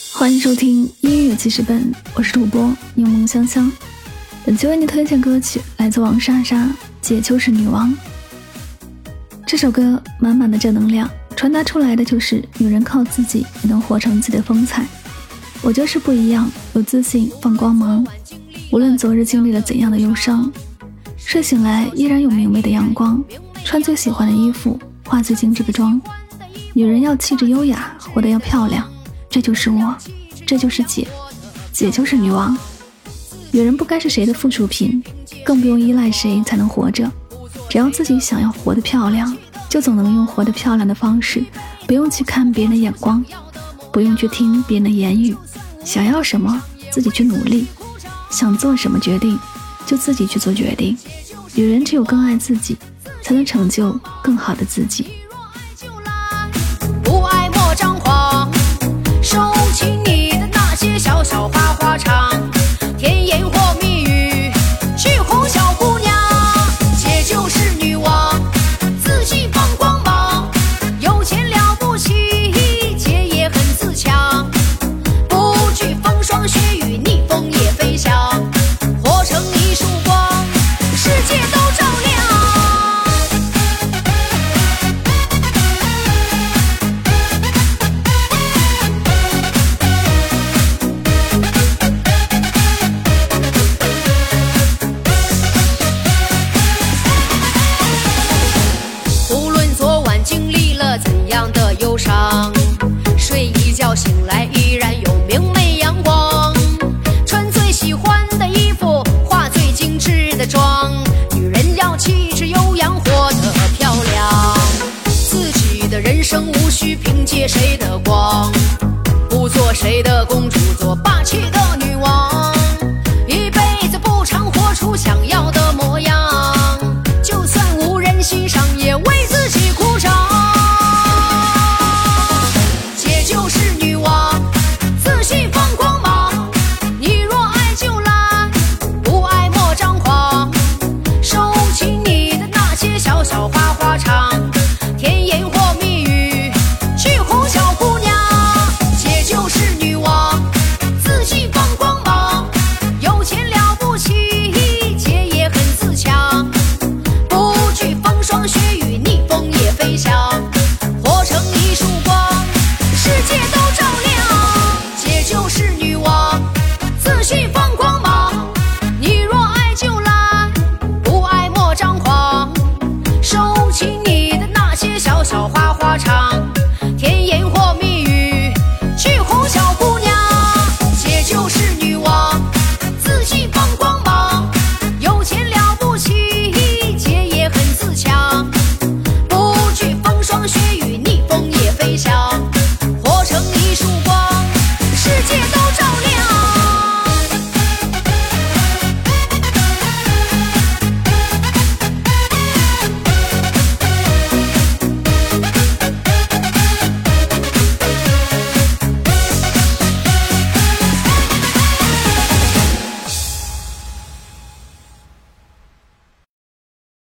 欢迎收听音乐记事本，我是主播柠檬香香。本期为你推荐歌曲来自王莎莎，《解秋是女王》。这首歌满满的正能量，传达出来的就是女人靠自己也能活成自己的风采。我就是不一样，有自信，放光芒。无论昨日经历了怎样的忧伤，睡醒来依然有明媚的阳光。穿最喜欢的衣服，化最精致的妆。女人要气质优雅，活得要漂亮。这就是我，这就是姐，姐就是女王。女人不该是谁的附属品，更不用依赖谁才能活着。只要自己想要活得漂亮，就总能用活得漂亮的方式，不用去看别人的眼光，不用去听别人的言语。想要什么，自己去努力；想做什么决定，就自己去做决定。女人只有更爱自己，才能成就更好的自己。 不爱莫张狂，收起你的那些小小花花肠，甜言或蜜语去哄小姑娘。姐就是女王，自信放光芒，有钱了不起，姐也很自强，不惧风霜雪雨，逆风也飞翔，活成一束光，世界都照亮。怎样的忧伤，睡一觉醒来依然有明媚阳光，穿最喜欢的衣服，化最精致的妆。女人要气质悠扬，活得漂亮，自己的人生无需凭借谁的光。